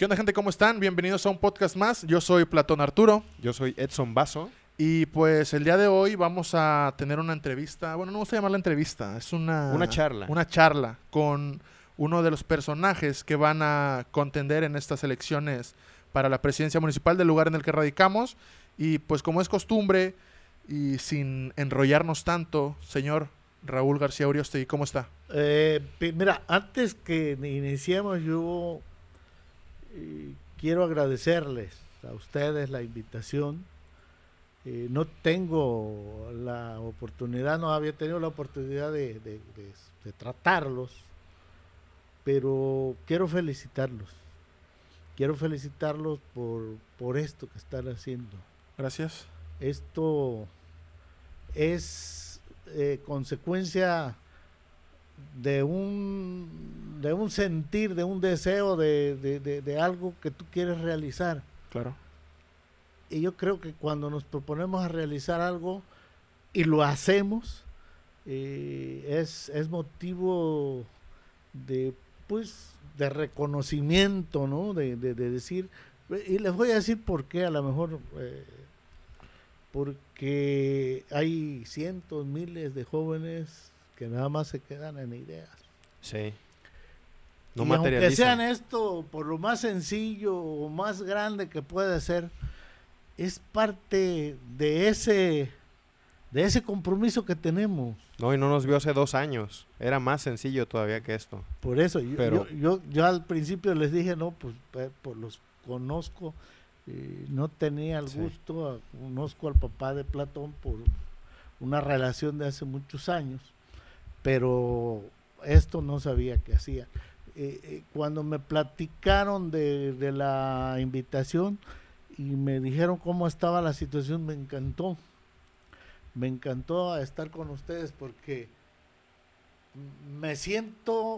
¿Qué onda, gente? ¿Cómo están? Bienvenidos a un podcast más. Yo soy Platón Arturo. Yo soy Edson Basso. Y pues el día de hoy vamos a tener una entrevista. Bueno, no me gusta llamarla entrevista. Es Una charla. Una charla con uno de los personajes que van a contender en estas elecciones para la presidencia municipal del lugar en el que radicamos. Y pues como es costumbre y sin enrollarnos tanto, señor Raúl García Uriostegui, ¿cómo está? Mira, antes que iniciemos, yo quiero agradecerles a ustedes la invitación. No tengo la oportunidad, no había tenido la oportunidad de tratarlos, pero quiero felicitarlos. Quiero felicitarlos por esto que están haciendo. Gracias. Esto es consecuencia de un sentir, de un deseo, de algo que tú quieres realizar. Claro. Y yo creo que cuando nos proponemos a realizar algo y lo hacemos, es motivo de reconocimiento, ¿no? De decir, y les voy a decir por qué, a lo mejor, porque hay cientos, miles de jóvenes que nada más se quedan en ideas. Sí. No y aunque sean esto por lo más sencillo o más grande que puede ser, es parte de ese compromiso que tenemos. No, y no nos vio hace 2 años. Era más sencillo todavía que esto. Por eso, yo al principio les dije, no, pues los conozco, no tenía el gusto, conozco al papá de Platón por una relación de hace muchos años, pero esto no sabía que hacía. Cuando me platicaron de la invitación y me dijeron cómo estaba la situación, me encantó estar con ustedes porque me siento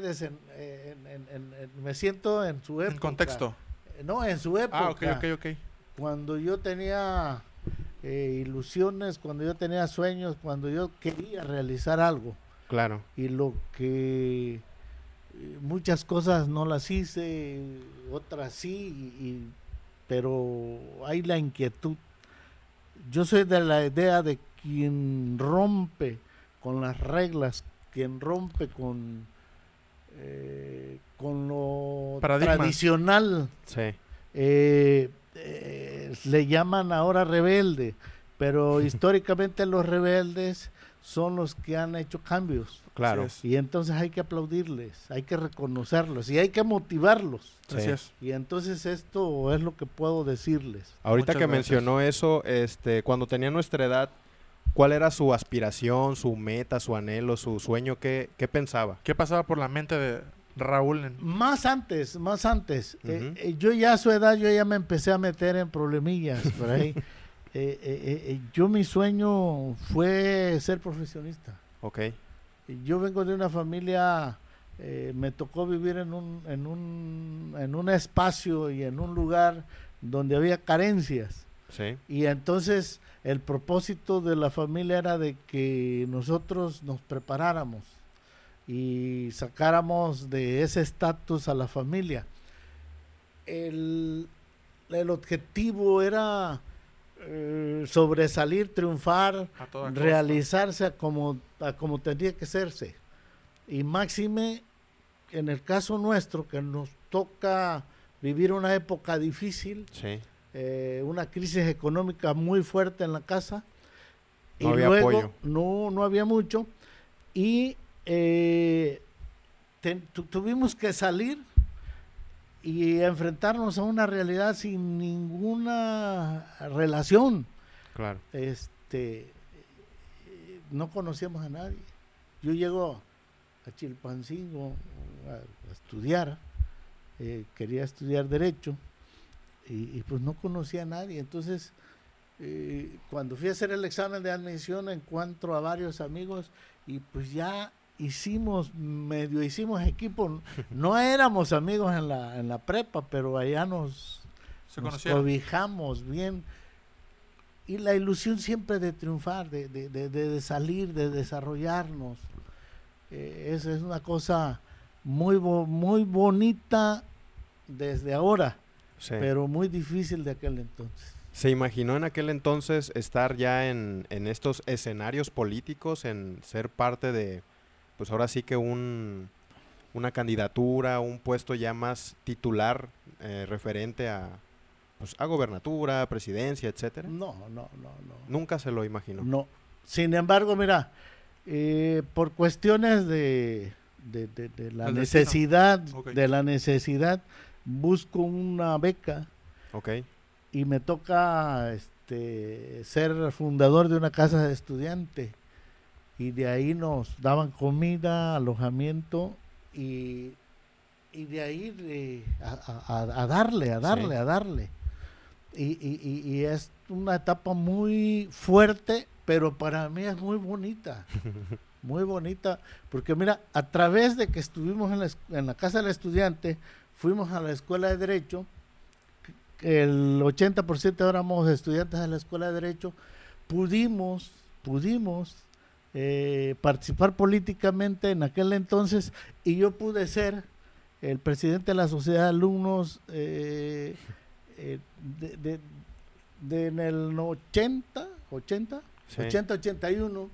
me siento en su época. En contexto. No, en su época. Ok. Cuando yo tenía ilusiones, cuando yo tenía sueños, cuando yo quería realizar algo. Claro. Y lo que muchas cosas no las hice, otras sí, pero hay la inquietud. Yo soy de la idea de quien rompe con las reglas, quien rompe con lo tradicional. Sí. Le llaman ahora rebelde, pero históricamente los rebeldes son los que han hecho cambios. Claro. Y entonces hay que aplaudirles, hay que reconocerlos y hay que motivarlos. Así es. Y entonces esto es lo que puedo decirles. Ahorita Muchas que gracias. mencionó eso, cuando tenía nuestra edad, ¿cuál era su aspiración, su meta, su anhelo, su sueño? ¿Qué pensaba? ¿Qué pasaba por la mente de Raúl? Más antes. Uh-huh. Yo ya a su edad, yo ya me empecé a meter en problemillas por ahí. Yo mi sueño fue ser profesionista. Ok. Yo vengo de una familia, me tocó vivir en un espacio y en un lugar donde había carencias. Sí. Y entonces el propósito de la familia era de que nosotros nos preparáramos y sacáramos de ese estatus a la familia. El objetivo era sobresalir, triunfar, realizarse a como tendría que serse. Y máxime, en el caso nuestro, que nos toca vivir una época difícil, Sí. Una crisis económica muy fuerte en la casa. No y había luego apoyo. no había mucho. Y tuvimos que salir y enfrentarnos a una realidad sin ninguna relación. Claro. No conocíamos a nadie. Yo llego a Chilpancingo a estudiar, quería estudiar Derecho y pues no conocía a nadie. Entonces, cuando fui a hacer el examen de admisión, encuentro a varios amigos y pues ya hicimos equipo. No éramos amigos en la prepa, pero allá nos cobijamos bien. Y la ilusión siempre de triunfar, de salir, de desarrollarnos. Esa es una cosa muy bonita desde ahora, Sí. pero muy difícil de aquel entonces. ¿Se imaginó en aquel entonces estar ya en estos escenarios políticos, en ser parte de, pues ahora sí que una candidatura, un puesto ya más titular referente a, pues, a gobernatura, presidencia, etcétera? No. Nunca se lo imaginó. No. Sin embargo, mira, por cuestiones de la El necesidad, destino. Ok. de la necesidad, busco una beca Ok, y me toca ser fundador de una casa de estudiante. Y de ahí nos daban comida, alojamiento y de ahí a darle. Y es una etapa muy fuerte, pero para mí es muy bonita. Muy bonita, porque mira, a través de que estuvimos en la casa del estudiante, fuimos a la escuela de Derecho, el 80% éramos estudiantes de la escuela de Derecho, pudimos participar políticamente en aquel entonces, y yo pude ser el presidente de la sociedad de alumnos en el 80-81,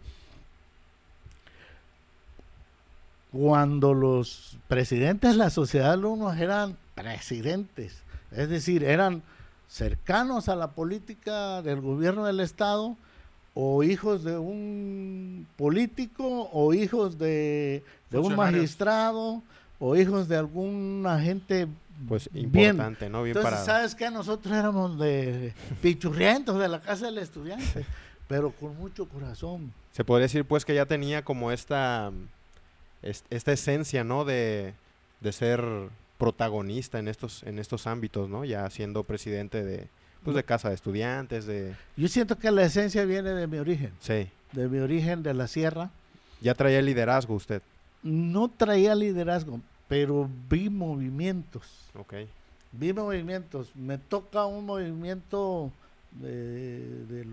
cuando los presidentes de la sociedad de alumnos eran presidentes, es decir, eran cercanos a la política del gobierno del estado, o hijos de un político, o hijos de un magistrado, o hijos de algún agente pues bien. importante, ¿no? Bien Entonces, parado. ¿sabes qué? Nosotros éramos de pichurrientos de la casa del estudiante, pero con mucho corazón. Se podría decir pues que ya tenía como esta esencia, ¿no? De ser protagonista en estos ámbitos, ¿no? Ya siendo presidente de casa de estudiantes, Yo siento que la esencia viene de mi origen, Sí. de mi origen de la sierra. Ya traía el liderazgo usted. No traía liderazgo, pero vi movimientos. Ok. Me toca un movimiento de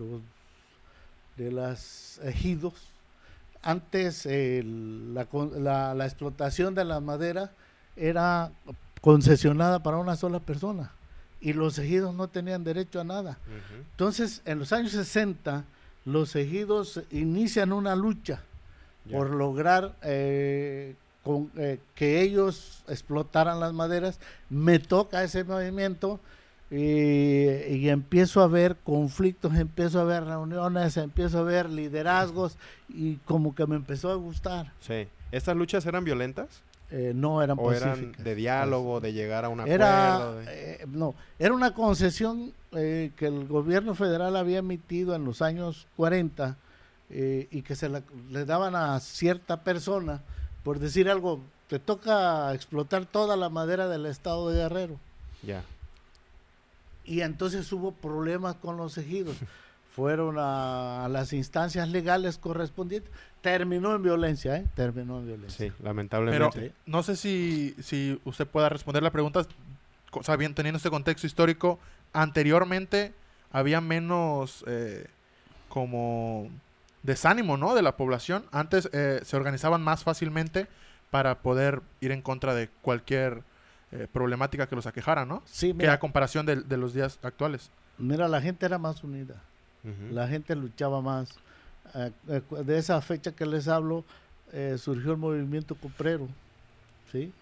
las ejidos. Antes la explotación de la madera era concesionada para una sola persona y los ejidos no tenían derecho a nada. Ujú. Entonces, en los años 60, los ejidos inician una lucha Ya. por lograr que ellos explotaran las maderas. Me toca ese movimiento y empiezo a ver conflictos, empiezo a ver reuniones, empiezo a ver liderazgos y como que me empezó a gustar. Sí. ¿Estas luchas eran violentas? No eran ¿O pacíficas. eran de diálogo, de llegar a un Era, acuerdo? no, era una concesión que el gobierno federal había emitido en los años 40 y que le daban a cierta persona, por decir algo, te toca explotar toda la madera del estado de Guerrero. Ya. Y entonces hubo problemas con los ejidos. Fueron a las instancias legales correspondientes. Terminó en violencia, ¿eh? Terminó en violencia. Sí, lamentablemente. Pero no sé si usted pueda responder la pregunta, teniendo este contexto histórico. Anteriormente había menos como desánimo, ¿no?, de la población. Antes se organizaban más fácilmente para poder ir en contra de cualquier problemática que los aquejara, ¿no? Sí, Que mira, a comparación de los días actuales. mira, la gente era más unida. Ujú. La gente luchaba más. De esa fecha que les hablo, surgió el movimiento coprero, ¿sí?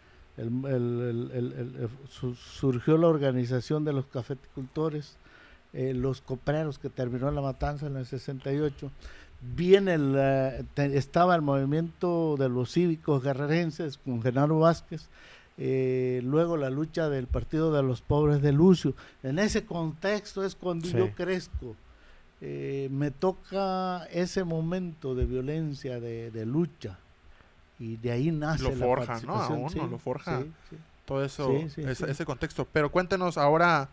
Surgió la organización de los cafeticultores, los copreros, que terminó en la matanza en el 68. Estaba el movimiento de los cívicos guerrerenses con Genaro Vázquez, luego la lucha del Partido de los Pobres de Lucio. En ese contexto es cuando Sí. yo crezco. Me toca ese momento de violencia, de lucha, y de ahí nace Lo la forja, ¿no? A participación. uno, Sí, lo forja. sí, sí. Todo eso, Sí, ese contexto. Pero cuéntenos ahora,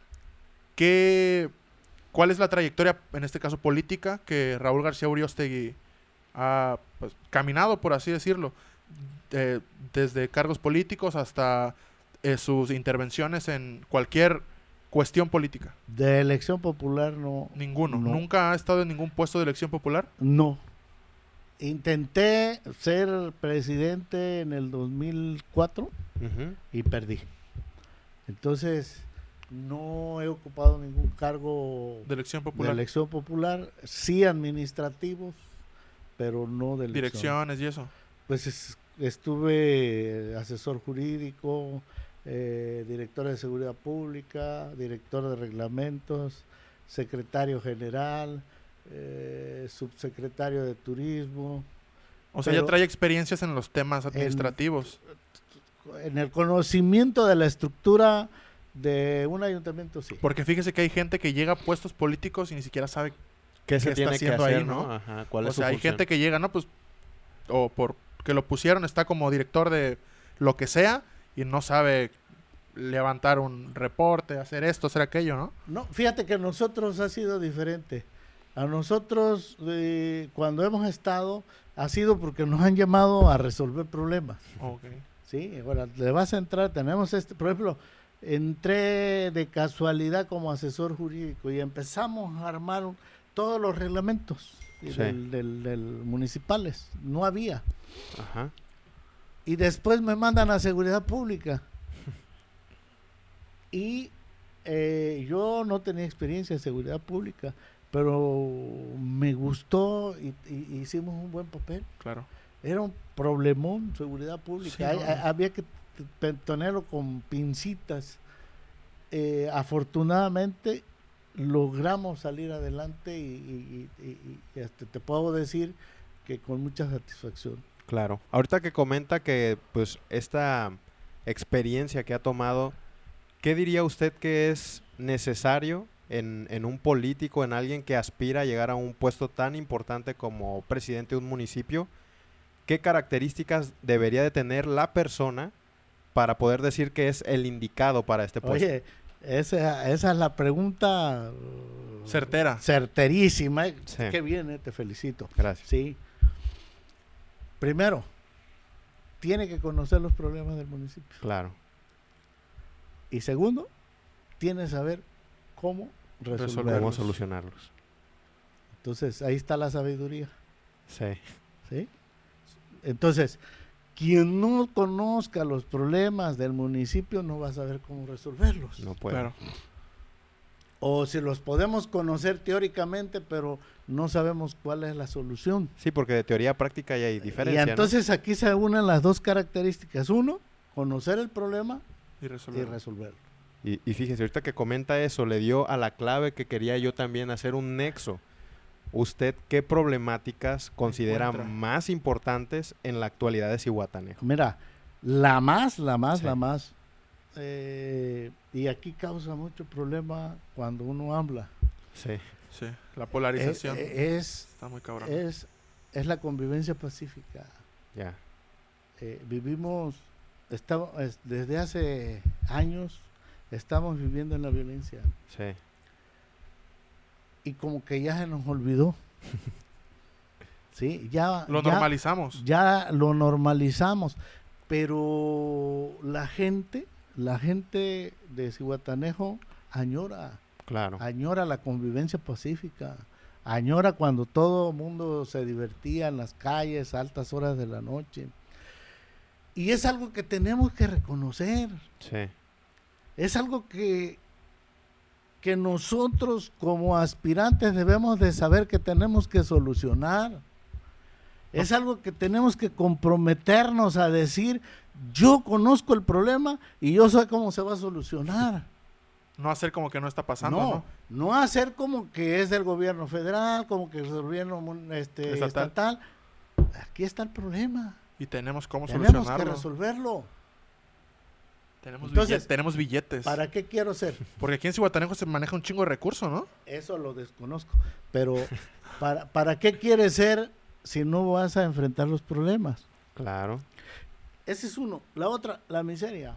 ¿cuál es la trayectoria, en este caso política, que Raúl García Uriostegui ha caminado, por así decirlo, desde cargos políticos hasta sus intervenciones en cualquier cuestión política? De elección popular no. Ninguno. No. ¿Nunca ha estado en ningún puesto de elección popular? No. Intenté ser presidente en el 2004 Ujú. y perdí. Entonces, no he ocupado ningún cargo De elección de popular. elección popular, sí administrativos, pero no de elección. Direcciones y eso. Pues estuve asesor jurídico, director de seguridad pública, director de reglamentos, secretario general, subsecretario de turismo. O sea, Pero ya trae experiencias en los temas administrativos. En el conocimiento de la estructura de un ayuntamiento, sí. Porque fíjese que hay gente que llega a puestos políticos y ni siquiera sabe. ¿Qué se está tiene que haciendo hacer, ahí, no? ¿no? Ajá, ¿cuál O es su sea, hay función? gente que llega, ¿no? Pues, o por que lo pusieron, está como director de lo que sea y no sabe levantar un reporte, hacer esto, hacer aquello, ¿no? No, fíjate que nosotros ha sido diferente. A nosotros, cuando hemos estado, ha sido porque nos han llamado a resolver problemas. Ok. Sí, ahora le vas a entrar, tenemos por ejemplo, entré de casualidad como asesor jurídico y empezamos a armar todos los reglamentos Sí. del municipales, no había. Ajá. Y después me mandan a seguridad pública. Y yo no tenía experiencia en seguridad pública, pero me gustó y hicimos un buen papel. Claro. Era un problemón seguridad pública. Sí, no. Había que tenerlo con pincitas. Afortunadamente logramos salir adelante y hasta te puedo decir que con mucha satisfacción. Claro. Ahorita que comenta que pues esta experiencia que ha tomado, ¿qué diría usted que es necesario en un político, en alguien que aspira a llegar a un puesto tan importante como presidente de un municipio? ¿Qué características debería de tener la persona para poder decir que es el indicado para este puesto? Oye, esa es la pregunta Certera. certerísima. Sí. Qué bien, te felicito. Gracias. Sí. Primero, tiene que conocer los problemas del municipio. Claro. Y segundo, tiene que saber cómo resolverlos. ¿Cómo solucionarlos? Entonces, ahí está la sabiduría. Sí. ¿Sí? Entonces, quien no conozca los problemas del municipio no va a saber cómo resolverlos. No puede. Claro. O si los podemos conocer teóricamente, pero no sabemos cuál es la solución. Sí, porque de teoría a práctica ya hay diferencia, Y entonces aquí se unen las dos características. Uno, conocer el problema Y y resolver. resolverlo. ¿no? Y fíjese, ahorita que comenta eso, le dio a la clave que quería yo también hacer un nexo. ¿Usted qué problemáticas considera Encuentra. más importantes en la actualidad de Zihuatanejo? Mira, la más, Sí. y aquí causa mucho problema cuando uno habla. Sí. Sí. La polarización Es está muy cabrón. la convivencia pacífica. Ya. Vivimos, desde hace años, estamos viviendo en la violencia. Sí. Y como que ya se nos olvidó. Sí, Lo normalizamos. ya lo normalizamos, pero la gente de Zihuatanejo añora Claro. la convivencia pacífica, añora cuando todo el mundo se divertía en las calles a altas horas de la noche. Y es algo que tenemos que reconocer, Sí. es algo que nosotros como aspirantes debemos de saber que tenemos que solucionar. Es algo que tenemos que comprometernos a decir, yo conozco el problema y yo sé cómo se va a solucionar. No hacer como que no está pasando, ¿no? No hacer como que es del gobierno federal, como que es del gobierno estatal. Aquí está el problema. Y tenemos cómo Tenemos que solucionarlo. resolverlo. Tenemos, Entonces, tenemos billetes. ¿Para qué quiero ser? Porque aquí en Zihuatanejo se maneja un chingo de recursos, ¿no? Eso lo desconozco. Pero, ¿para qué quieres ser si no vas a enfrentar los problemas? Claro. Ese es uno. La otra, la miseria.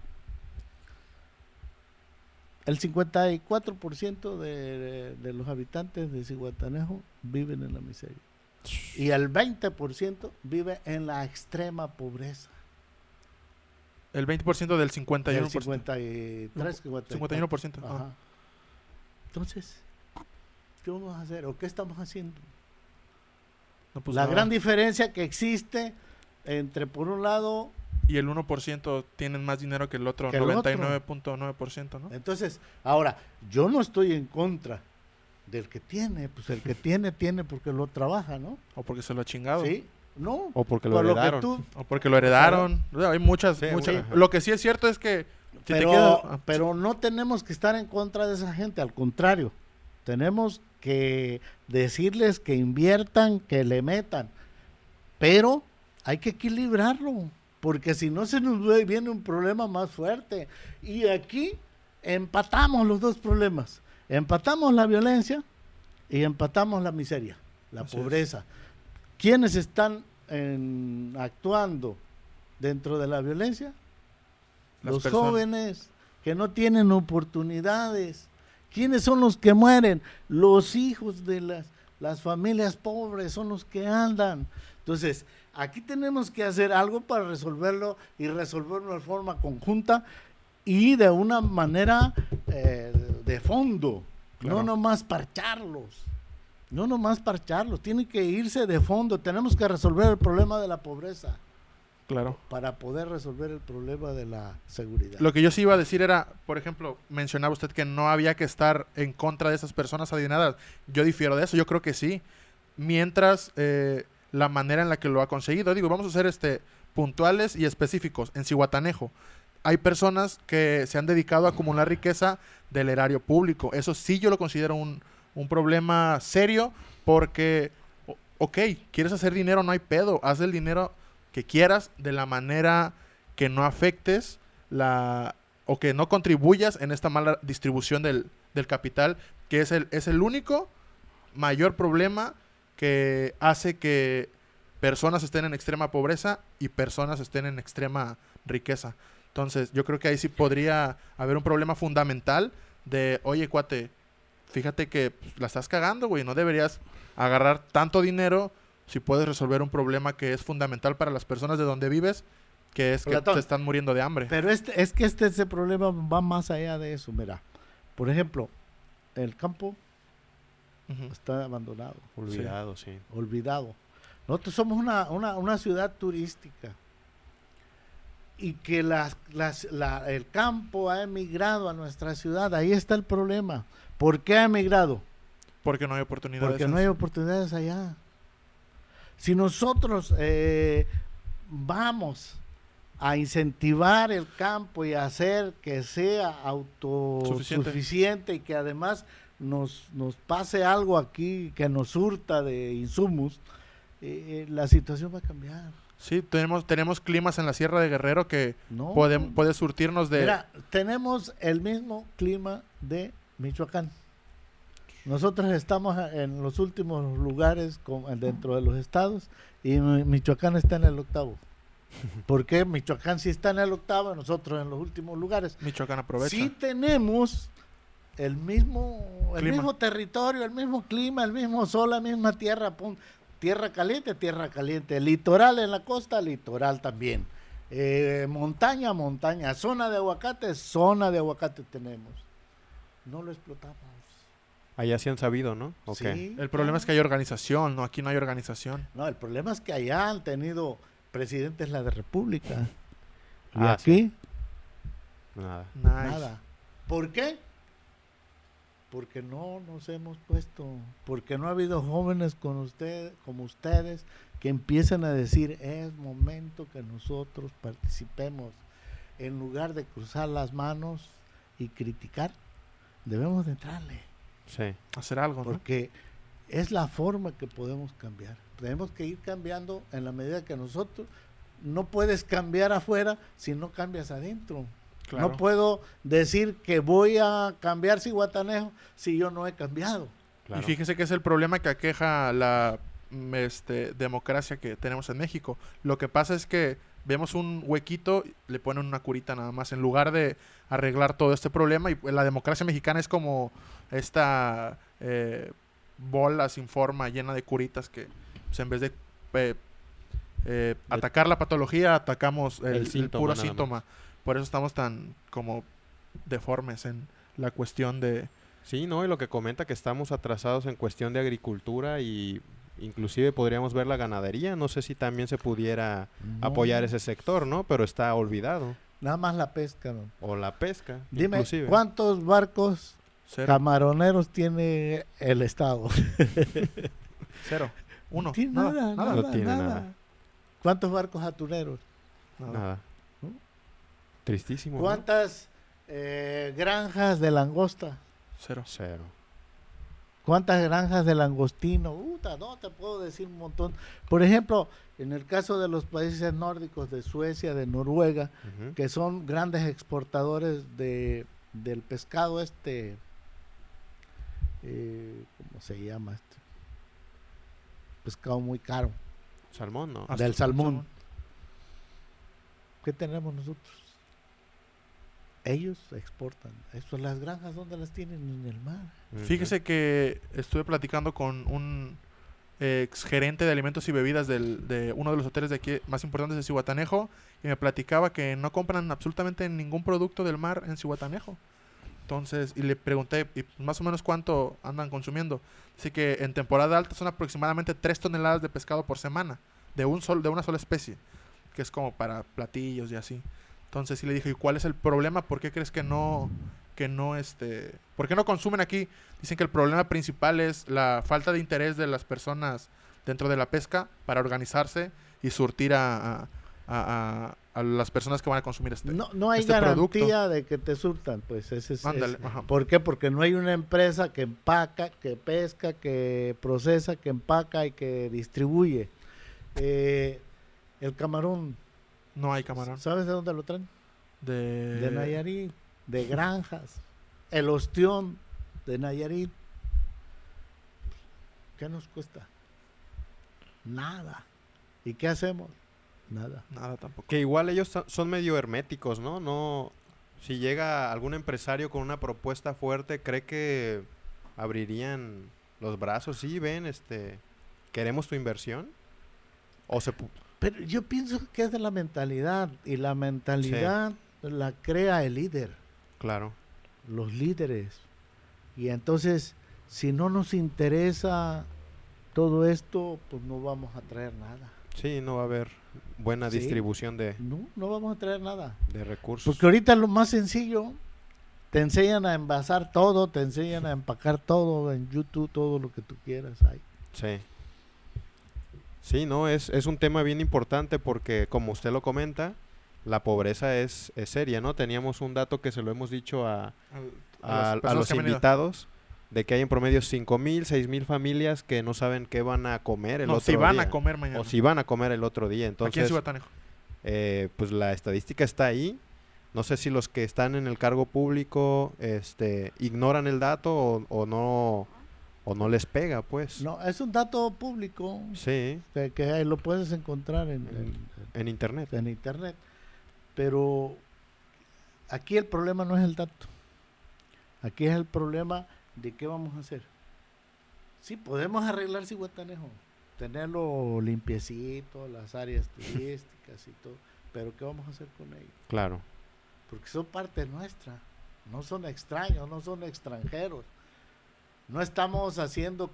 El 54% de los habitantes de Zihuatanejo viven en la miseria. Y el 20% vive en la extrema pobreza. El 20% del 51%. El 53, 51%. Ajá. Entonces, ¿qué vamos a hacer? ¿O qué estamos haciendo? No, pues La nada. gran diferencia que existe entre, por un lado, Y el 1% tienen más dinero que el otro Que el otro. 99.9%, ¿no? Entonces, ahora, yo no estoy en contra del que tiene, pues el que tiene porque lo trabaja, ¿no? O porque se lo ha chingado. Sí, no. O porque lo por lo que heredaron. tú, O porque lo heredaron. O sea, hay muchas, Sí, muchas. ajá. Lo que sí es cierto es que si te pero, quedas- pero no tenemos que estar en contra de esa gente, al contrario, tenemos que decirles que inviertan, que le metan, pero hay que equilibrarlo, porque si no se nos viene un problema más fuerte. Y aquí empatamos los dos problemas, empatamos la violencia y empatamos la miseria, la Así es. pobreza. ¿Quiénes están actuando dentro de la violencia? Las Los personas. jóvenes que no tienen oportunidades. ¿Quiénes son los que mueren? Los hijos de las familias pobres son los que andan. Entonces, aquí tenemos que hacer algo para resolverlo y resolverlo de forma conjunta y de una manera de fondo. Claro. No nomás parcharlos. No nomás parcharlos. Tienen que irse de fondo. Tenemos que resolver el problema de la pobreza Claro. para poder resolver el problema de la seguridad. Lo que yo sí iba a decir era, por ejemplo, mencionaba usted que no había que estar en contra de esas personas adineradas. Yo difiero de eso, yo creo que sí. Mientras la manera en la que lo ha conseguido, digo, vamos a ser puntuales y específicos. En Zihuatanejo hay personas que se han dedicado a acumular riqueza del erario público. Eso sí yo lo considero un problema serio porque, ok, quieres hacer dinero, no hay pedo, haz el dinero que quieras de la manera que no afectes o que no contribuyas en esta mala distribución del capital, que es el único mayor problema que hace que personas estén en extrema pobreza y personas estén en extrema riqueza. Entonces, yo creo que ahí sí podría haber un problema fundamental de, oye, cuate, fíjate que pues, la estás cagando, güey, no deberías agarrar tanto dinero si puedes resolver un problema que es fundamental para las personas de donde vives, que es que Platón, se están muriendo de hambre. Pero ese problema va más allá de eso, mira. Por ejemplo, el campo Ujú. está abandonado, Olvidado, sí. olvidado. Nosotros somos una ciudad turística y que el campo ha emigrado a nuestra ciudad. Ahí está el problema. ¿Por qué ha emigrado? Porque no hay oportunidades. Porque no hay oportunidades allá. Si nosotros vamos a incentivar el campo y hacer que sea autosuficiente y que además nos pase algo aquí que nos surta de insumos, la situación va a cambiar. Sí, tenemos climas en la Sierra de Guerrero que No. puede surtirnos de... Mira, tenemos el mismo clima de Michoacán. Nosotros estamos en los últimos lugares dentro de los estados y Michoacán está en el 8º. ¿Por qué? Michoacán sí está en el 8º, nosotros en los últimos lugares. Michoacán aprovecha. Sí tenemos el mismo Clima. territorio, el mismo clima, el mismo sol, la misma tierra. Tierra caliente. Litoral en la costa, litoral también. Montaña. Zona de aguacate tenemos. No lo explotamos. Allá sí han sabido, ¿no? ¿O qué? Sí, El problema es que hay organización, ¿no? Aquí no hay organización. No, el problema es que allá han tenido presidentes la de República. Y Ah, aquí, Nada. Nice. nada. ¿Por qué? Porque no nos hemos puesto, porque no ha habido jóvenes como ustedes que empiecen a decir, es momento que nosotros participemos. En lugar de cruzar las manos y criticar, debemos de entrarle. Sí. Hacer algo, ¿no? Porque es la forma que podemos cambiar. Tenemos que ir cambiando en la medida que nosotros no puedes cambiar afuera si no cambias adentro. Claro. No puedo decir que voy a cambiar Zihuatanejo si yo no he cambiado. Claro. Y fíjese que es el problema que aqueja la democracia que tenemos en México. Lo que pasa es que vemos un huequito, le ponen una curita nada más, en lugar de arreglar todo este problema. Y la democracia mexicana es como esta bola sin forma llena de curitas que pues, en vez de atacar la patología, atacamos el síntoma, puro nada síntoma. más. Por eso estamos tan como deformes en la cuestión de... Sí, ¿no? Y lo que comenta que estamos atrasados en cuestión de agricultura y inclusive podríamos ver la ganadería, no sé si también se pudiera No. apoyar ese sector, ¿no? Pero está olvidado. Nada más la pesca, ¿no? O la pesca, Dime, inclusive. ¿cuántos barcos Cero. camaroneros tiene el Estado? Cero. Uno. No tiene Nada. nada, Nada. No tiene nada. ¿Cuántos barcos atuneros? Nada. ¿No? Tristísimo, ¿no? ¿Cuántas granjas de langosta? Cero. Cero. ¿Cuántas granjas de langostino? No, te puedo decir un montón. Por ejemplo, en el caso de los países nórdicos, de Suecia, de Noruega, Ujú. que son grandes exportadores del pescado ¿cómo se llama este? Pescado muy caro, Salmón, ¿no? Ah, del salmón. ¿Qué tenemos nosotros? Ellos exportan. Esto, las granjas, ¿dónde las tienen? En el mar. Ujú. Fíjese que estuve platicando con un ex gerente de alimentos y bebidas de uno de los hoteles de aquí más importantes de Zihuatanejo y me platicaba que no compran absolutamente ningún producto del mar en Zihuatanejo. Entonces, y le pregunté y más o menos cuánto andan consumiendo. Así que en temporada alta son aproximadamente 3 toneladas de pescado por semana de una sola especie, que es como para platillos y así. Entonces sí le dije, ¿y cuál es el problema? ¿Por qué crees que no por qué no consumen aquí? Dicen que el problema principal es la falta de interés de las personas dentro de la pesca para organizarse y surtir a las personas que van a consumir No hay este garantía producto. de que te surtan, pues ese es. Ándale, ajá. ¿Por qué? Porque no hay una empresa que empaca, que pesca, que procesa, que empaca y que distribuye. El camarón, No hay camarón. ¿sabes de dónde lo traen? De De Nayarit, de granjas. El ostión de Nayarit. ¿Qué nos cuesta? Nada. ¿Y qué hacemos? Nada. Nada tampoco. Que igual ellos son medio herméticos, ¿no? No, si llega algún empresario con una propuesta fuerte, ¿cree que abrirían los brazos? Sí, ven, ¿queremos tu inversión? O Pero yo pienso que es de la mentalidad. Y la mentalidad la crea el líder. claro, Los líderes. Y entonces, si no nos interesa todo esto, pues no vamos a traer nada. sí, no va a haber buena Sí. distribución de No vamos a traer nada. recursos. Porque ahorita lo más sencillo, te enseñan a envasar todo, te enseñan a empacar todo en YouTube, todo lo que tú quieras. Hay. Sí. Sí, no, es un tema bien importante porque, como usted lo comenta, la pobreza es seria, ¿no? Teníamos un dato que se lo hemos dicho a las personas los que han venido. invitados, de que hay en promedio 5,000, 6,000 familias que no saben qué van a comer el No, otro si van día. a comer mañana. O si van a comer el otro día. Aquí en Entonces, Zihuatanejo. pues la estadística está ahí. No sé si los que están en el cargo público ignoran el dato o no les pega, pues. No, es un dato público Sí, que ahí lo puedes encontrar en internet. en internet. Pero aquí el problema no es el dato. Aquí es el problema de qué vamos a hacer. Sí, podemos arreglar Zihuatanejo, tenerlo limpiecito, las áreas turísticas y todo, pero ¿qué vamos a hacer con ellos? Claro. Porque son parte nuestra, no son extraños, no son extranjeros. No estamos haciendo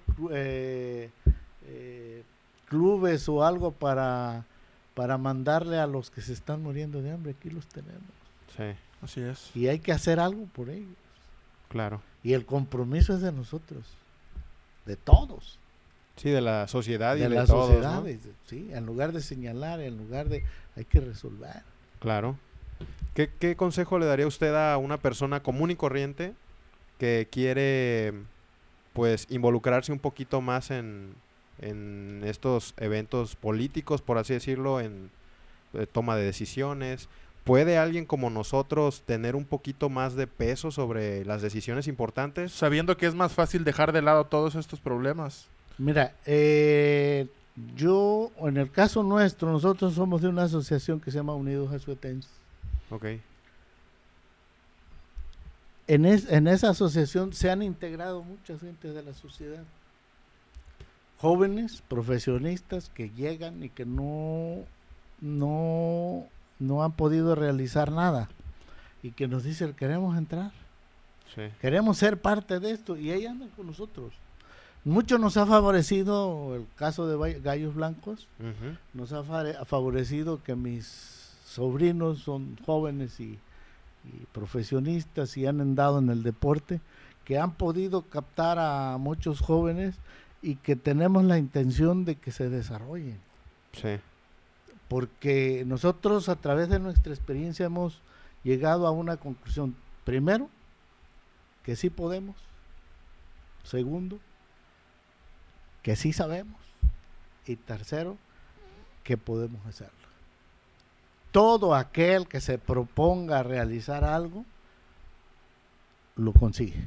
clubes o algo para mandarle a los que se están muriendo de hambre. Aquí los tenemos. Sí, Así es. Y hay que hacer algo por ellos. claro. Y el compromiso es de nosotros, de todos, Sí, de la sociedad y de de las todos, ¿no? sociedades. ¿Sí? En lugar de señalar, en lugar de... hay que resolver. Claro. ¿Qué consejo le daría usted a una persona común y corriente que quiere, pues, involucrarse un poquito más en estos eventos políticos, por así decirlo, en toma de decisiones? ¿Puede alguien como nosotros tener un poquito más de peso sobre las decisiones importantes? Sabiendo que es más fácil dejar de lado todos estos problemas. Mira, yo, en el caso nuestro, nosotros somos de una asociación que se llama Unidos Jesuitenses. Ok, En esa asociación se han integrado muchas gentes de la sociedad. Jóvenes, profesionistas que llegan y que no han podido realizar nada. Y que nos dicen, queremos entrar, sí, queremos ser parte de esto. Y ahí andan con nosotros. Mucho nos ha favorecido el caso de Gallos Blancos, Ujú. nos ha favorecido que mis sobrinos son jóvenes y profesionistas y han andado en el deporte, que han podido captar a muchos jóvenes y que tenemos la intención de que se desarrollen. Sí, Porque nosotros a través de nuestra experiencia hemos llegado a una conclusión. Primero, que sí podemos. Segundo, que sí sabemos. Y tercero, que podemos hacerlo. Todo aquel que se proponga realizar algo, lo consigue.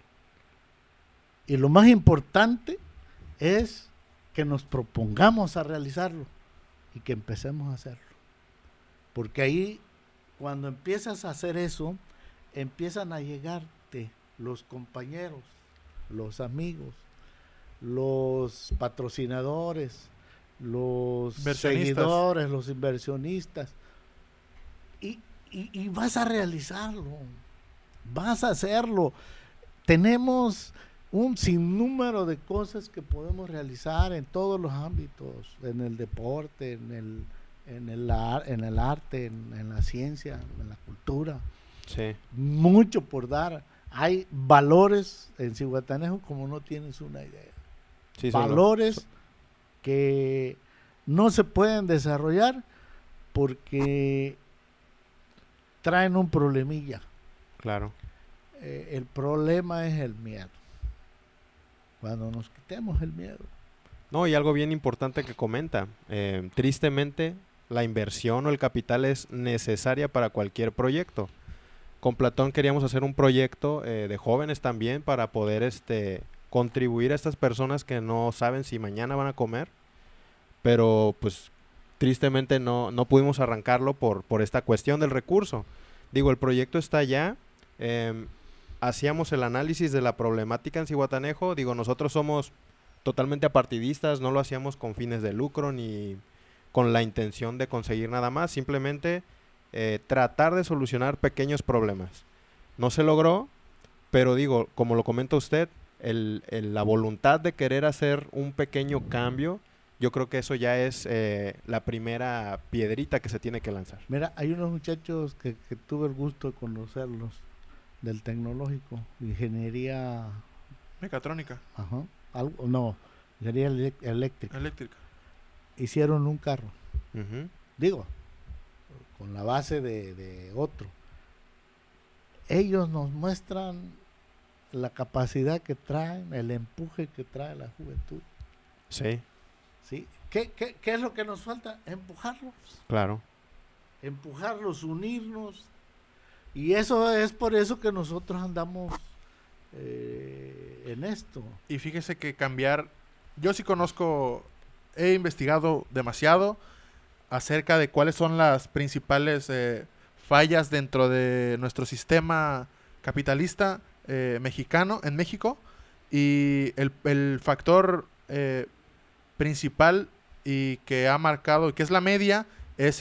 Y lo más importante es que nos propongamos a realizarlo y que empecemos a hacerlo. Porque ahí, cuando empiezas a hacer eso, empiezan a llegarte los compañeros, los amigos, los patrocinadores, los seguidores, los inversionistas. Y vas a realizarlo, vas a hacerlo. Tenemos un sinnúmero de cosas que podemos realizar en todos los ámbitos, en el deporte, en el arte, en la ciencia, en la cultura. sí, Mucho por dar. Hay valores en Zihuatanejo como no tienes una idea. sí, Valores que no se pueden desarrollar porque traen un problemilla. claro. El problema es el miedo. Cuando nos quitemos el miedo. No, y algo bien importante que comenta, tristemente la inversión o el capital es necesaria para cualquier proyecto. Con Platón queríamos hacer un proyecto de jóvenes también para poder contribuir a estas personas que no saben si mañana van a comer, pero pues tristemente no pudimos arrancarlo por esta cuestión del recurso. Digo, el proyecto está allá, hacíamos el análisis de la problemática en Zihuatanejo. Digo, nosotros somos totalmente apartidistas, no lo hacíamos con fines de lucro ni con la intención de conseguir nada más, simplemente tratar de solucionar pequeños problemas. No se logró, pero digo, como lo comenta usted, la voluntad de querer hacer un pequeño cambio, yo creo que eso ya es la primera piedrita que se tiene que lanzar. Mira, hay unos muchachos que tuve el gusto de conocerlos del tecnológico, ingeniería, Mecatrónica, ingeniería eléctrica. Hicieron un carro, Ujú. digo, con la base de otro. Ellos nos muestran la capacidad que traen, el empuje que trae la juventud. Sí, ¿Sí? ¿Qué es lo que nos falta? Empujarlos. claro. Empujarlos, unirnos. Y eso es por eso que nosotros andamos en esto. y fíjese que cambiar, yo sí conozco, he investigado demasiado acerca de cuáles son las principales fallas dentro de nuestro sistema capitalista mexicano, en México, y el factor principal y que ha marcado, que es la media, es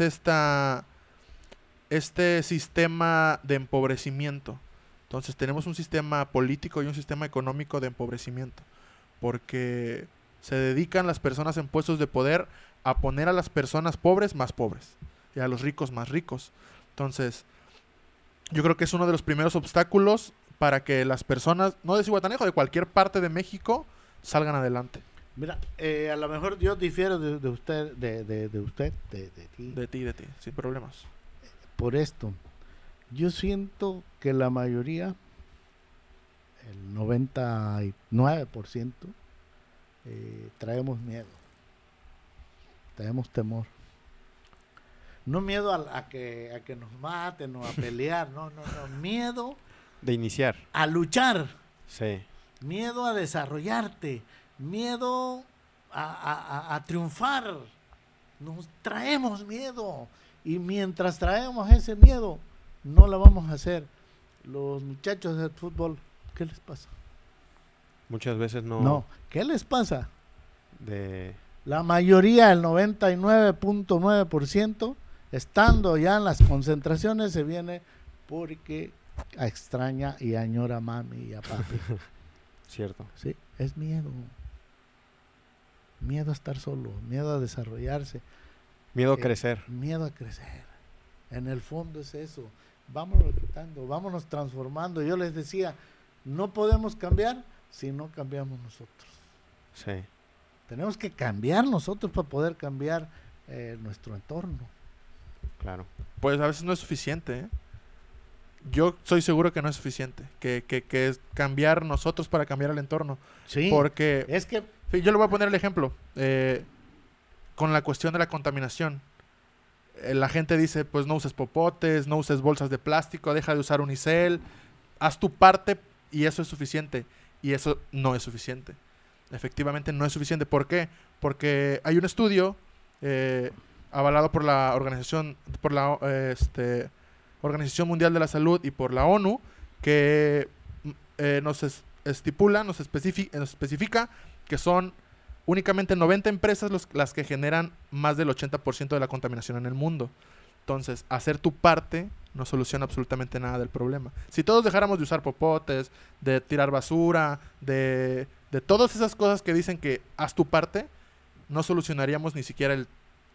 este sistema de empobrecimiento. Entonces tenemos un sistema político y un sistema económico de empobrecimiento, porque se dedican las personas en puestos de poder a poner a las personas pobres más pobres y a los ricos más ricos. Entonces, yo creo que es uno de los primeros obstáculos para que las personas, no de Zihuatanejo, de cualquier parte de México, salgan adelante. Mira, a lo mejor yo difiero de usted, de ti. De ti, sin problemas. Por esto, yo siento que la mayoría, el 99%, traemos miedo, traemos temor. No miedo a que nos maten o a pelear, no, miedo De iniciar. a luchar, Sí, miedo a desarrollarte, miedo a triunfar. Nos traemos miedo y mientras traemos ese miedo no la vamos a hacer. Los muchachos del fútbol, ¿qué les pasa? muchas veces No, ¿qué les pasa? de La mayoría, el 99.9%, estando ya en las concentraciones, se viene porque extraña y añora a mami y a papi. cierto. ¿Sí? Es miedo. miedo a estar solo, miedo a desarrollarse, Miedo a crecer. miedo a crecer. En el fondo es eso. Vámonos quitando, vámonos transformando. Yo les decía, no podemos cambiar si no cambiamos nosotros. Sí. Tenemos que cambiar nosotros para poder cambiar nuestro entorno. Claro. Pues a veces no es suficiente, ¿eh? Yo soy seguro que no es suficiente. Que es cambiar nosotros para cambiar el entorno. Sí, Porque es que sí, yo le voy a poner el ejemplo. Con la cuestión de la contaminación. La gente dice, pues no uses popotes, no uses bolsas de plástico, deja de usar unicel, haz tu parte y eso es suficiente. Y eso no es suficiente. Efectivamente no es suficiente. ¿Por qué? Porque hay un estudio avalado por la Organización Mundial de la Salud y por la ONU que nos especifica que son únicamente 90 empresas las que generan más del 80% de la contaminación en el mundo. Entonces, hacer tu parte no soluciona absolutamente nada del problema. Si todos dejáramos de usar popotes, de tirar basura, de todas esas cosas que dicen que haz tu parte, no solucionaríamos ni siquiera el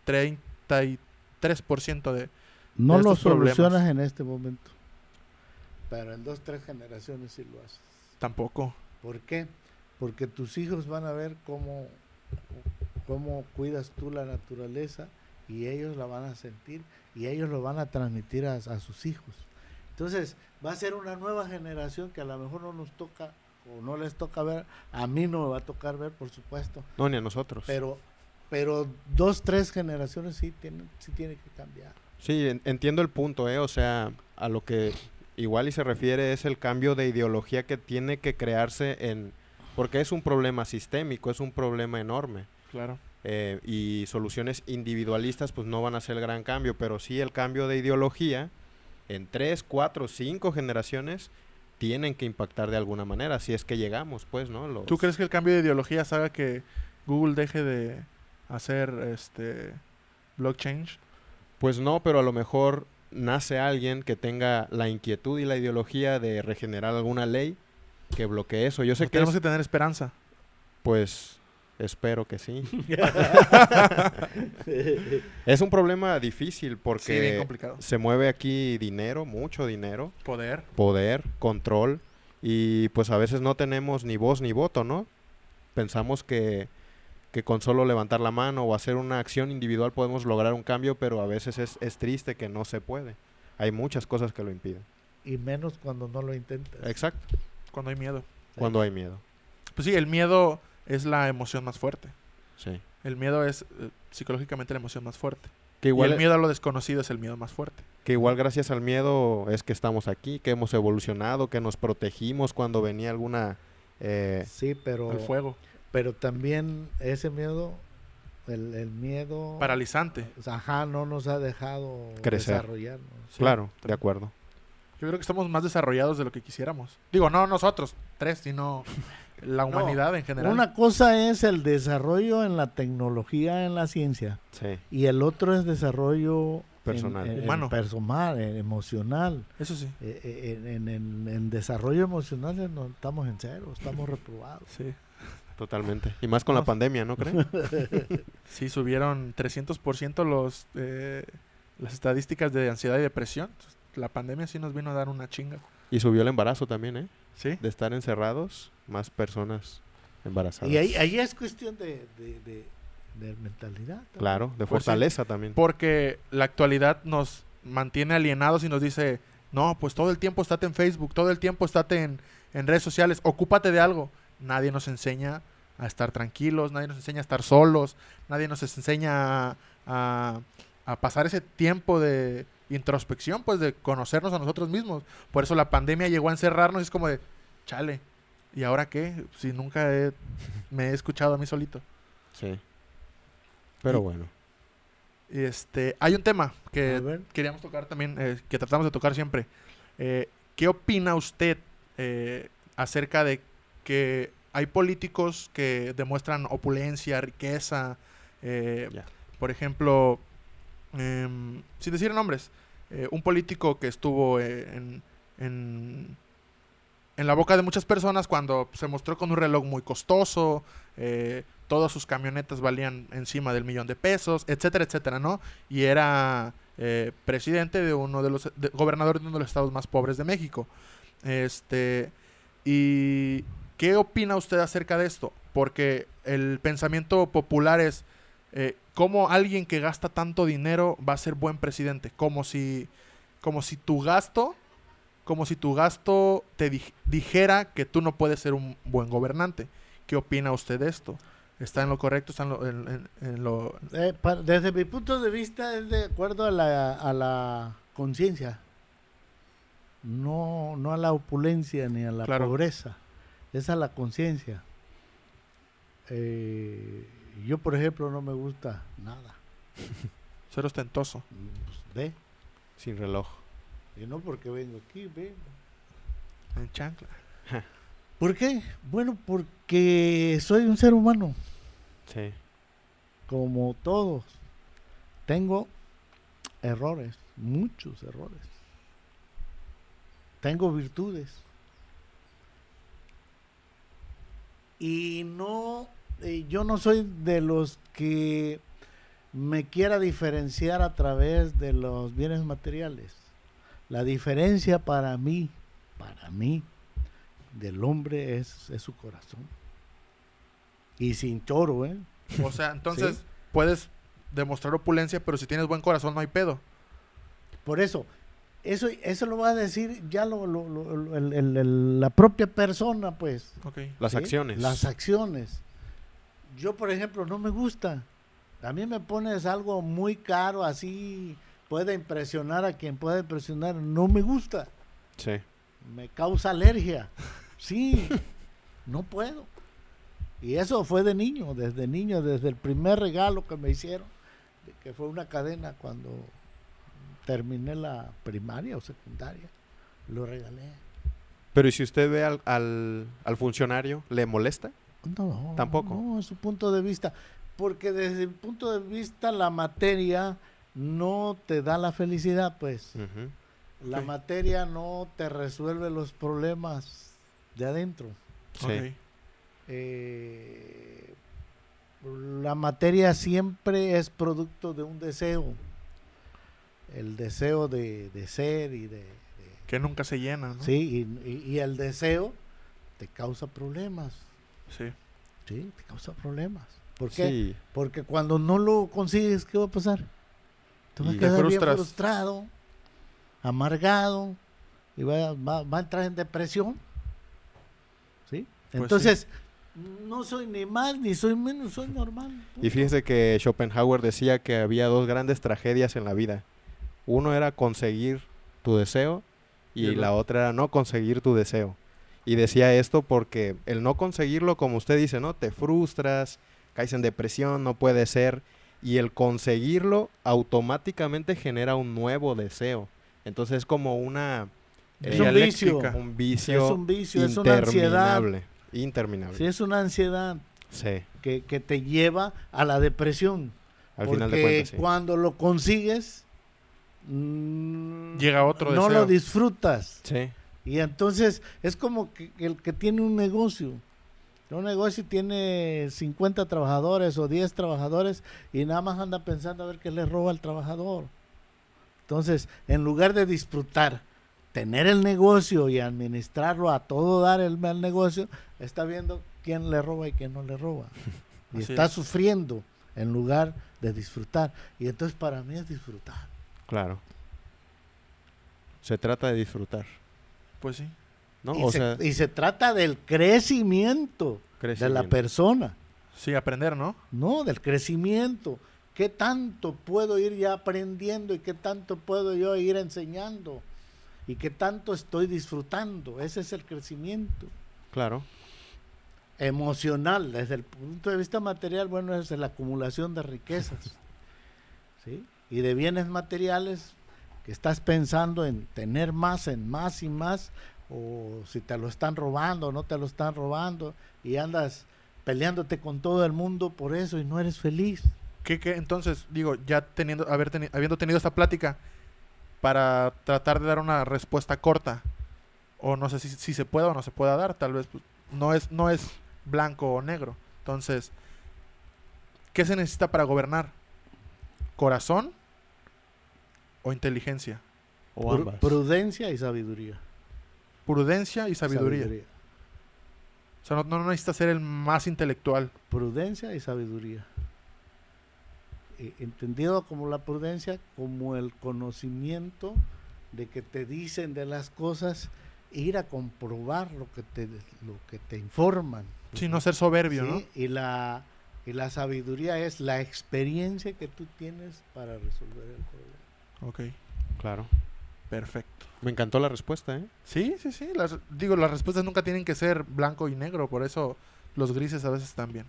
33% de no lo estos problemas. solucionas en este momento. Pero en 2-3 generaciones sí lo haces. Tampoco. ¿Por qué? Porque tus hijos van a ver cómo cuidas tú la naturaleza y ellos la van a sentir y ellos lo van a transmitir a sus hijos. Entonces va a ser una nueva generación que a lo mejor no nos toca o no les toca ver. A mí no me va a tocar ver, por supuesto. No, ni a nosotros. Pero 2-3 generaciones sí tiene que cambiar. Sí, entiendo el punto, o sea, a lo que igual y se refiere es el cambio de ideología que tiene que crearse porque es un problema sistémico, es un problema enorme. Claro. Y soluciones individualistas pues no van a ser el gran cambio, pero sí el cambio de ideología en 3, 4, 5 generaciones tienen que impactar de alguna manera, si es que llegamos, pues, ¿no? ¿Tú crees que el cambio de ideologías haga que Google deje de hacer blockchain? Pues no, pero a lo mejor nace alguien que tenga la inquietud y la ideología de regenerar alguna ley que bloquee eso. Yo sé que tenemos que tener esperanza. Pues espero que sí. Es un problema difícil porque sí, bien complicado. Se mueve aquí dinero, mucho dinero. Poder, control. Y pues a veces no tenemos ni voz ni voto, ¿no? Pensamos que con solo levantar la mano o hacer una acción individual podemos lograr un cambio, pero a veces es triste que no se puede. Hay muchas cosas que lo impiden. Y menos cuando no lo intentas. Exacto. Cuando hay miedo. Sí. Cuando hay miedo. Pues sí, el miedo es la emoción más fuerte. Sí. El miedo es psicológicamente la emoción más fuerte. Que igual y el miedo a lo desconocido es el miedo más fuerte. Que igual gracias al miedo es que estamos aquí, que hemos evolucionado, que nos protegimos cuando venía alguna... sí, pero... El fuego. Pero también ese miedo, el miedo... Paralizante. Ajá, no nos ha dejado crecer. Desarrollarnos. Sí, claro, de acuerdo. Yo creo que estamos más desarrollados de lo que quisiéramos. Digo, no nosotros, 3, sino la humanidad en general. Una cosa es el desarrollo en la tecnología, en la ciencia. Sí. Y el otro es desarrollo personal. Humano. Personal, emocional. Eso sí. En desarrollo emocional no, estamos en cero, estamos reprobados. Sí. Totalmente. Y más con la pandemia, ¿no crees? Sí, subieron 300% las estadísticas de ansiedad y depresión. La pandemia sí nos vino a dar una chinga. Y subió el embarazo también, ¿eh? Sí. De estar encerrados, más personas embarazadas. Y ahí es cuestión de mentalidad. ¿También? Claro, de Pues fortaleza también. Porque la actualidad nos mantiene alienados y nos dice, no, pues todo el tiempo estate en Facebook, todo el tiempo estate en redes sociales, ocúpate de algo. Nadie nos enseña a estar tranquilos, nadie nos enseña a estar solos, nadie nos enseña a pasar ese tiempo de introspección, pues de conocernos a nosotros mismos. Por eso la pandemia llegó a encerrarnos y es como de, chale, ¿y ahora qué? Si nunca me he escuchado a mí solito. Sí. Pero bueno. Hay un tema que queríamos tocar también, que tratamos de tocar siempre. ¿Qué opina usted acerca de que hay políticos que demuestran opulencia, riqueza? Por ejemplo, sin decir nombres, un político que estuvo en en la boca de muchas personas cuando se mostró con un reloj muy costoso, todas sus camionetas valían encima del $1,000,000, etcétera, etcétera, ¿no? Y era presidente de gobernador de uno de los estados más pobres de México. ¿Y qué opina usted acerca de esto? Porque el pensamiento popular es ¿cómo alguien que gasta tanto dinero va a ser buen presidente? Como si tu gasto te dijera que tú no puedes ser un buen gobernante. ¿Qué opina usted de esto? ¿Está en lo correcto? ¿Está en lo...? Desde mi punto de vista es de acuerdo a la conciencia, no a la opulencia ni a la pobreza, es a la conciencia. Yo, por ejemplo, no me gusta nada. Ser ostentoso. Pues, sin reloj. Y no porque vengo aquí, vengo en chancla. ¿Por qué? Bueno, porque soy un ser humano. Sí. Como todos. Tengo errores, muchos errores. Tengo virtudes. Y yo no soy de los que me quiera diferenciar a través de los bienes materiales. La diferencia para mí, del hombre es su corazón. Y sin choro, ¿eh? O sea, entonces ¿Sí? Puedes demostrar opulencia, pero si tienes buen corazón no hay pedo. Por eso lo va a decir ya la propia persona, pues. Okay. Las ¿sí? acciones. Las acciones. Yo, por ejemplo, no me gusta. A mí me pones algo muy caro, así puede impresionar a quien pueda impresionar. No me gusta. Sí. Me causa alergia. Sí, no puedo. Y eso fue de niño, desde el primer regalo que me hicieron, que fue una cadena cuando terminé la primaria o secundaria, lo regalé. Pero ¿y si usted ve al funcionario, le molesta? No, tampoco. No, es su punto de vista. Porque desde el punto de vista la materia no te da la felicidad, pues. Uh-huh. La Okay. materia no te resuelve los problemas de adentro. Sí. Okay. La materia siempre es producto de un deseo. El deseo de ser y de Que nunca se llena, ¿no? sí, y el deseo te causa problemas. Sí. Sí, te causa problemas. ¿Por qué? Sí. Porque cuando no lo consigues, ¿qué va a pasar? Te vas a Y quedar te bien frustras. frustrado, amargado, y va a entrar en depresión. ¿Sí? Pues Entonces, no soy ni más ni soy menos, soy normal. Y fíjese que Schopenhauer decía que había dos grandes tragedias en la vida. Uno era conseguir tu deseo y la otra era no conseguir tu deseo. Y decía esto porque el no conseguirlo, como usted dice, ¿no? Te frustras, caes en depresión, no puede ser. Y el conseguirlo automáticamente genera un nuevo deseo. Entonces es como una... Es un vicio. Un vicio. Es un vicio, es una ansiedad. Interminable. Sí, es una ansiedad Sí. que te lleva a la depresión. Al porque final de cuentas, sí. cuando lo consigues, Llega otro no deseo. lo disfrutas. Sí. Y entonces es como que el que tiene un negocio. Un negocio tiene 50 trabajadores o 10 trabajadores y nada más anda pensando a ver qué le roba al trabajador. Entonces, en lugar de disfrutar, tener el negocio y administrarlo a todo dar el negocio, está viendo quién le roba y quién no le roba. Y Así está es. sufriendo en lugar de disfrutar. Y entonces para mí es disfrutar. Claro. Se trata de disfrutar, Pues sí. ¿no? Y se trata del crecimiento de la crecimiento. persona. Sí, aprender, ¿no? No, del crecimiento. ¿Qué tanto puedo ir ya aprendiendo y qué tanto puedo yo ir enseñando? ¿Y qué tanto estoy disfrutando? Ese es el crecimiento Claro. emocional. Desde el punto de vista material, bueno, es la acumulación de riquezas, ¿sí? Y de bienes materiales que estás pensando en tener más, en más y más, o si te lo están robando o no te lo están robando, y andas peleándote con todo el mundo por eso y no eres feliz. Entonces, digo, ya habiendo tenido esta plática, para tratar de dar una respuesta corta, o no sé si se pueda o no se pueda dar, tal vez pues, no es blanco o negro. Entonces, ¿qué se necesita para gobernar? ¿Corazón o inteligencia? O ambas. Prudencia y sabiduría. Prudencia y sabiduría. O sea, no necesitas ser el más intelectual. Prudencia y sabiduría. Entendido como la prudencia, como el conocimiento de que te dicen de las cosas, e ir a comprobar lo que te informan. Sí, no ser soberbio, ¿Sí? ¿no? Y la sabiduría es la experiencia que tú tienes para resolver el problema. Ok, Claro. perfecto. Me encantó la respuesta, ¿eh? Sí. Las respuestas nunca tienen que ser blanco y negro, por eso los grises a veces también.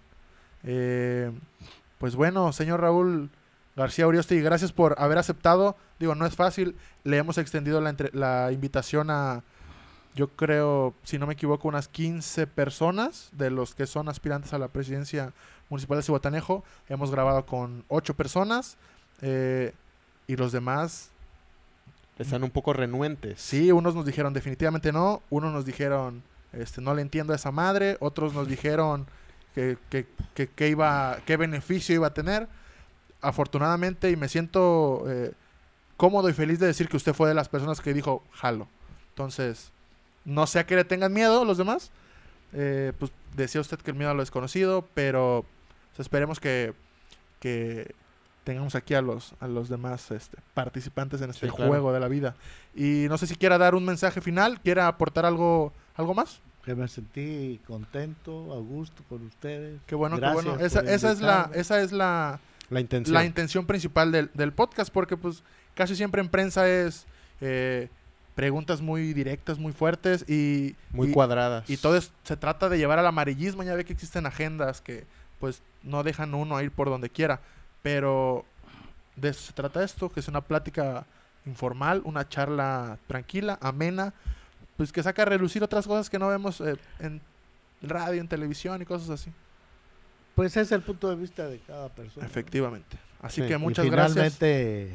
Pues bueno, señor Raúl García Uriostegui, gracias por haber aceptado. Digo, no es fácil. Le hemos extendido la invitación a, yo creo, si no me equivoco, unas 15 personas de los que son aspirantes a la presidencia municipal de Zihuatanejo. Hemos grabado con 8 personas y los demás... Están un poco renuentes. Sí, unos nos dijeron definitivamente no, unos nos dijeron no le entiendo a esa madre, otros nos dijeron qué beneficio iba a tener. Afortunadamente, y me siento cómodo y feliz de decir que usted fue de las personas que dijo jalo. Entonces, no sé a qué le tengan miedo los demás. Pues decía usted que el miedo a lo desconocido, pero pues, esperemos que tengamos aquí a los demás participantes en este juego de la vida. Y no sé si quiera dar un mensaje final, quiera aportar algo más. Que me sentí contento, a gusto con ustedes. Qué bueno, Gracias qué bueno. por Esa es la intención principal del podcast, porque pues casi siempre en prensa es preguntas muy directas, muy fuertes y muy cuadradas. Y todo se trata de llevar al amarillismo. Ya ve que existen agendas que pues no dejan uno a ir por donde quiera. Pero de eso se trata esto, que es una plática informal, una charla tranquila, amena, pues que saca a relucir otras cosas que no vemos en radio, en televisión y cosas así. Pues es el punto de vista de cada persona. Efectivamente. Así Sí. que muchas y gracias. finalmente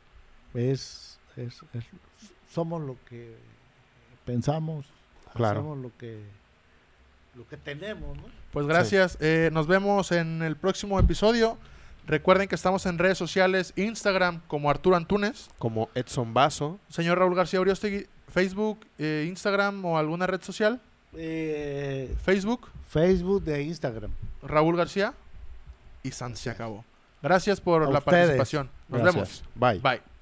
somos lo que pensamos, Claro. hacemos lo que tenemos, ¿no? Pues gracias. Nos vemos en el próximo episodio. Recuerden que estamos en redes sociales, Instagram como Arturo Antunes, como Edson Basso. señor Raúl García Uriostegui, Facebook, Instagram o alguna red social. Facebook, de Instagram. Raúl García y San se acabó. Gracias por A la ustedes. participación. Nos Gracias. vemos. Bye. Bye.